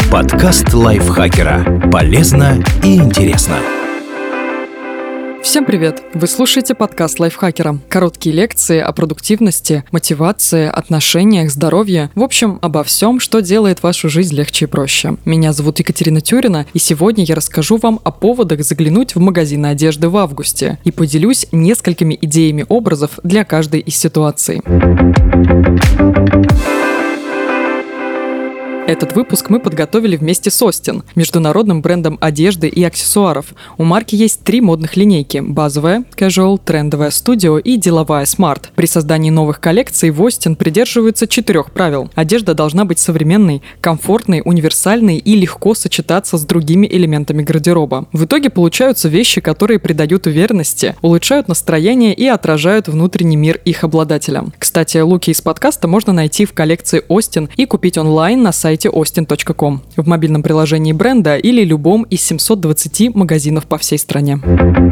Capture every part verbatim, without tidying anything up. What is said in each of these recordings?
Подкаст лайфхакера. Полезно и интересно. Всем привет! Вы слушаете подкаст лайфхакера. Короткие лекции о продуктивности, мотивации, отношениях, здоровье. В общем, обо всем, что делает вашу жизнь легче и проще. Меня зовут Екатерина Тюрина, и сегодня я расскажу вам о поводах заглянуть в магазины одежды в августе и поделюсь несколькими идеями образов для каждой из ситуаций. Этот выпуск мы подготовили вместе с Остин, международным брендом одежды и аксессуаров. У марки есть три модных линейки – базовая, casual, трендовая, studio и деловая smart. При создании новых коллекций в Остин придерживаются четырех правил. Одежда должна быть современной, комфортной, универсальной и легко сочетаться с другими элементами гардероба. В итоге получаются вещи, которые придают уверенности, улучшают настроение и отражают внутренний мир их обладателя. Кстати, луки из подкаста можно найти в коллекции Остин и купить онлайн на сайте остин точка ком, в мобильном приложении бренда или любом из семисот двадцати магазинов по всей стране.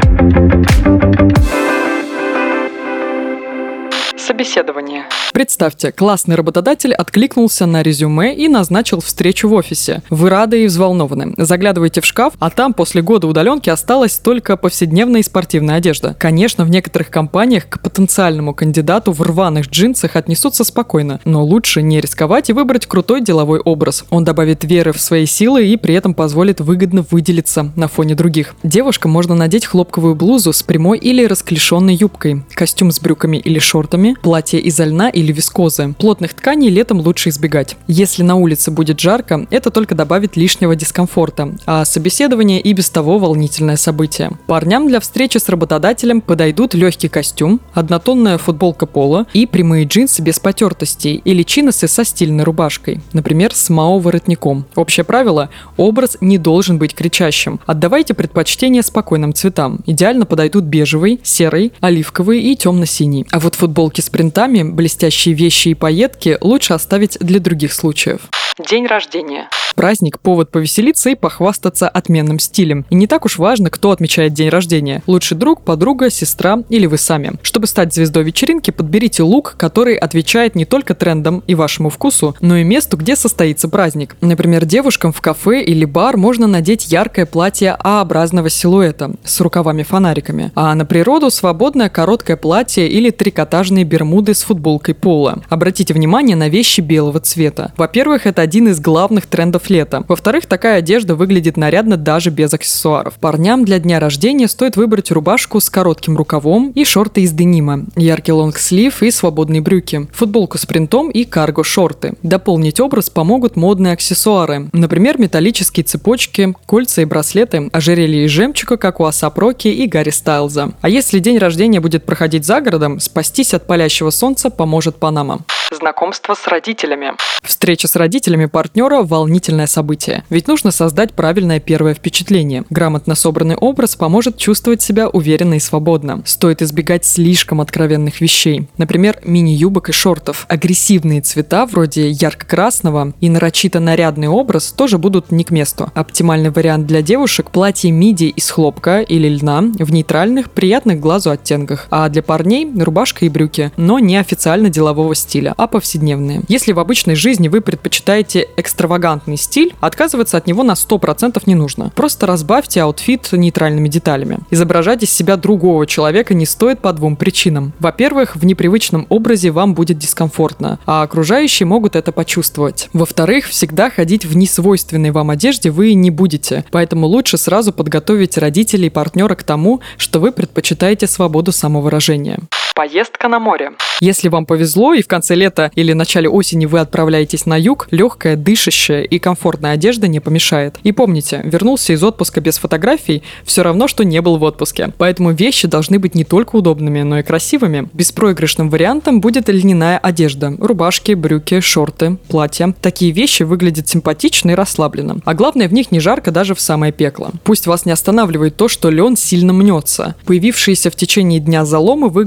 Собеседование. Представьте, классный работодатель откликнулся на резюме и назначил встречу в офисе. Вы рады и взволнованы. Заглядываете в шкаф, а там после года удаленки осталась только повседневная и спортивная одежда. Конечно, в некоторых компаниях к потенциальному кандидату в рваных джинсах отнесутся спокойно, но лучше не рисковать и выбрать крутой деловой образ. Он добавит веры в свои силы и при этом позволит выгодно выделиться на фоне других. Девушкам можно надеть хлопковую блузу с прямой или расклешенной юбкой, костюм с брюками или шортами, платье изо льна или вискозы. Плотных тканей летом лучше избегать. Если на улице будет жарко, это только добавит лишнего дискомфорта, а собеседование и без того волнительное событие. Парням для встречи с работодателем подойдут легкий костюм, однотонная футболка поло и прямые джинсы без потертостей или чиносы со стильной рубашкой, например, с мао-воротником. Общее правило – образ не должен быть кричащим. Отдавайте предпочтение спокойным цветам. Идеально подойдут бежевый, серый, оливковый и темно-синий. А вот футболки с принтами, блестящие вещи и пайетки лучше оставить для других случаев. День рождения. Праздник – повод повеселиться и похвастаться отменным стилем. И не так уж важно, кто отмечает день рождения. Лучший друг, подруга, сестра или вы сами. Чтобы стать звездой вечеринки, подберите лук, который отвечает не только трендам и вашему вкусу, но и месту, где состоится праздник. Например, девушкам в кафе или бар можно надеть яркое платье А-образного силуэта с рукавами-фонариками, а на природу свободное короткое платье или трикотажные бермуды с футболкой поло. Обратите внимание на вещи белого цвета. Во-первых, это один из главных трендов лета. Во-вторых, такая одежда выглядит нарядно даже без аксессуаров. Парням для дня рождения стоит выбрать рубашку с коротким рукавом и шорты из денима, яркий лонгслив и свободные брюки, футболку с принтом и карго-шорты. Дополнить образ помогут модные аксессуары, например, металлические цепочки, кольца и браслеты, ожерелья из жемчуга, как у А$эй пи Rocky и Гарри Стайлза. А если день рождения будет проходить за городом, спастись от палящего солнца поможет панама. Знакомство с родителями. Встреча с родителями партнера – волнительное событие. Ведь нужно создать правильное первое впечатление. Грамотно собранный образ поможет чувствовать себя уверенно и свободно. Стоит избегать слишком откровенных вещей. Например, мини-юбок и шортов. Агрессивные цвета, вроде ярко-красного, и нарочито нарядный образ тоже будут не к месту. Оптимальный вариант для девушек – платье миди из хлопка или льна в нейтральных, приятных глазу оттенках. А для парней – рубашка и брюки, но не официально делового стиля, а повседневные. Если в обычной жизни вы предпочитаете экстравагантный стиль, отказываться от него на сто процентов не нужно. Просто разбавьте аутфит нейтральными деталями. Изображать из себя другого человека не стоит по двум причинам. Во-первых, в непривычном образе вам будет дискомфортно, а окружающие могут это почувствовать. Во-вторых, всегда ходить в несвойственной вам одежде вы не будете, поэтому лучше сразу подготовить родителей и партнера к тому, что вы предпочитаете свободу самовыражения. Поездка на море. Если вам повезло и в конце лета или начале осени вы отправляетесь на юг, легкая, дышащая и комфортная одежда не помешает. И помните, вернулся из отпуска без фотографий – все равно, что не был в отпуске. Поэтому вещи должны быть не только удобными, но и красивыми. Беспроигрышным вариантом будет льняная одежда – рубашки, брюки, шорты, платья. Такие вещи выглядят симпатично и расслабленно. А главное, в них не жарко даже в самое пекло. Пусть вас не останавливает то, что лен сильно мнется. Появившиеся в течение дня заломы выглядят естественно.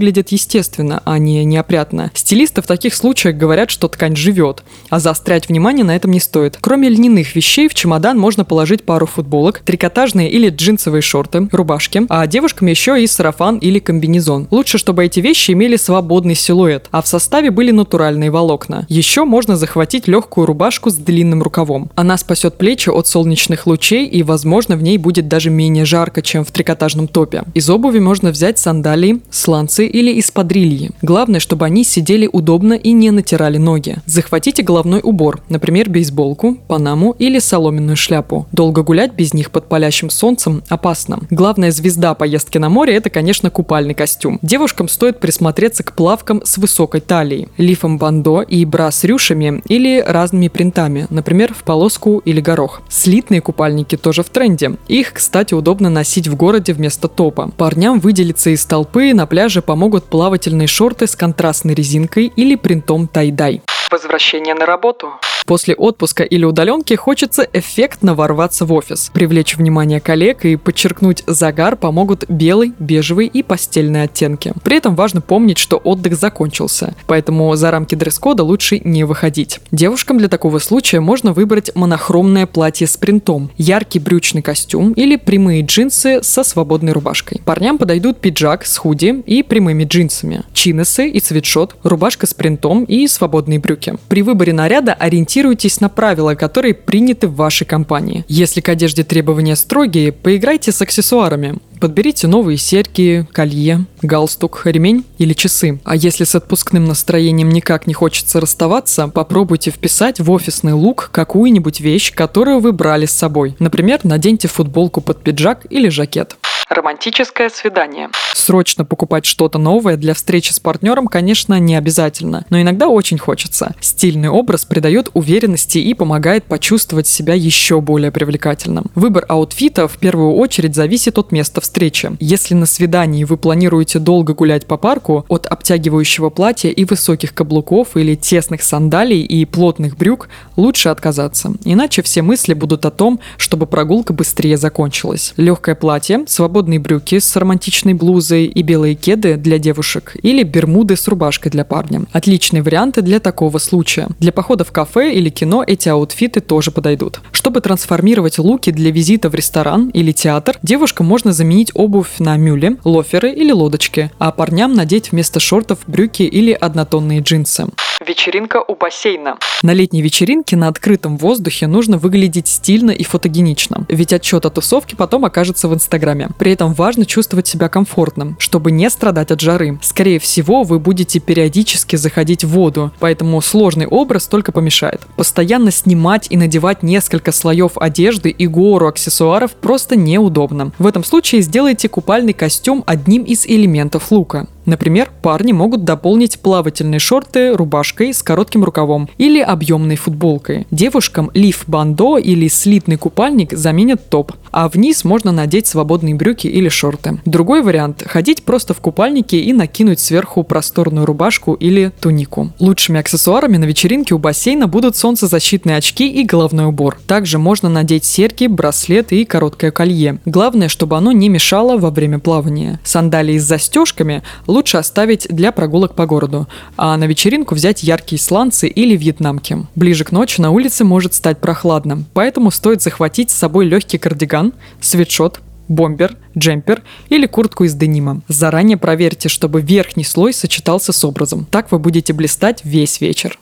естественно, а не неопрятно. Стилисты в таких случаях говорят, что ткань живет, а заострять внимание на этом не стоит. Кроме льняных вещей, в чемодан можно положить пару футболок, трикотажные или джинсовые шорты, рубашки, а девушкам еще и сарафан или комбинезон. Лучше, чтобы эти вещи имели свободный силуэт, а в составе были натуральные волокна. Еще можно захватить легкую рубашку с длинным рукавом. Она спасет плечи от солнечных лучей и, возможно, в ней будет даже менее жарко, чем в трикотажном топе. Из обуви можно взять сандалии, сланцы или эспадрильи. Главное, чтобы они сидели удобно и не натирали ноги. Захватите головной убор, например, бейсболку, панаму или соломенную шляпу. Долго гулять без них под палящим солнцем опасно. Главная звезда поездки на море – это, конечно, купальный костюм. Девушкам стоит присмотреться к плавкам с высокой талией, лифом бандо и бра с рюшами или разными принтами, например, в полоску или горох. Слитные купальники тоже в тренде. Их, кстати, удобно носить в городе вместо топа. Парням выделиться из толпы на пляже помогут плавательные шорты с контрастной резинкой или принтом тай-дай. Возвращение на работу. После отпуска или удаленки хочется эффектно ворваться в офис. Привлечь внимание коллег и подчеркнуть загар помогут белый, бежевый и постельные оттенки. При этом важно помнить, что отдых закончился, поэтому за рамки дресс-кода лучше не выходить. Девушкам для такого случая можно выбрать монохромное платье с принтом, яркий брючный костюм или прямые джинсы со свободной рубашкой. Парням подойдут пиджак с худи и прямыми джинсами, чиносы и свитшот, рубашка с принтом и свободные брюки. При выборе наряда ориентируйтесь Ориентируйтесь на правила, которые приняты в вашей компании. Если к одежде требования строгие, поиграйте с аксессуарами. Подберите новые серьги, колье, галстук, ремень или часы. А если с отпускным настроением никак не хочется расставаться, попробуйте вписать в офисный лук какую-нибудь вещь, которую вы брали с собой. Например, наденьте футболку под пиджак или жакет. Романтическое свидание. Срочно покупать что-то новое для встречи с партнером, конечно, не обязательно, но иногда очень хочется. Стильный образ придает уверенности и помогает почувствовать себя еще более привлекательным. Выбор аутфита в первую очередь зависит от места встречи. Если на свидании вы планируете долго гулять по парку, от обтягивающего платья и высоких каблуков или тесных сандалий и плотных брюк лучше отказаться, иначе все мысли будут о том, чтобы прогулка быстрее закончилась. Легкое платье, свободное Свободные брюки с романтичной блузой и белые кеды для девушек или бермуды с рубашкой для парня. Отличные варианты для такого случая. Для похода в кафе или кино эти аутфиты тоже подойдут. Чтобы трансформировать луки для визита в ресторан или театр, девушкам можно заменить обувь на мюле, лоферы или лодочки, а парням надеть вместо шортов брюки или однотонные джинсы. Вечеринка у бассейна. На летней вечеринке на открытом воздухе нужно выглядеть стильно и фотогенично, ведь отчет о тусовке потом окажется в Инстаграме. При этом важно чувствовать себя комфортным, чтобы не страдать от жары. Скорее всего, вы будете периодически заходить в воду, поэтому сложный образ только помешает. Постоянно снимать и надевать несколько слоев одежды и гору аксессуаров просто неудобно. В этом случае сделайте купальный костюм одним из элементов лука. Например, парни могут дополнить плавательные шорты рубашкой с коротким рукавом или объемной футболкой. Девушкам лиф-бандо или слитный купальник заменят топ, а вниз можно надеть свободные брюки или шорты. Другой вариант – ходить просто в купальнике и накинуть сверху просторную рубашку или тунику. Лучшими аксессуарами на вечеринке у бассейна будут солнцезащитные очки и головной убор. Также можно надеть серьги, браслет и короткое колье. Главное, чтобы оно не мешало во время плавания. Сандалии с застежками лучше оставить для прогулок по городу, а на вечеринку взять яркие сланцы или вьетнамки. Ближе к ночи на улице может стать прохладно, поэтому стоит захватить с собой легкий кардиган, свитшот, бомбер, джемпер или куртку из денима. Заранее проверьте, чтобы верхний слой сочетался с образом. Так вы будете блистать весь вечер.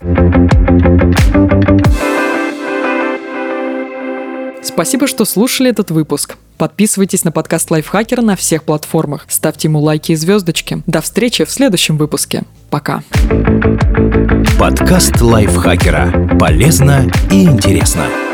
Спасибо, что слушали этот выпуск. Подписывайтесь на подкаст Лайфхакера на всех платформах. Ставьте ему лайки и звездочки. До встречи в следующем выпуске. Пока. Подкаст Лайфхакера. Полезно и интересно.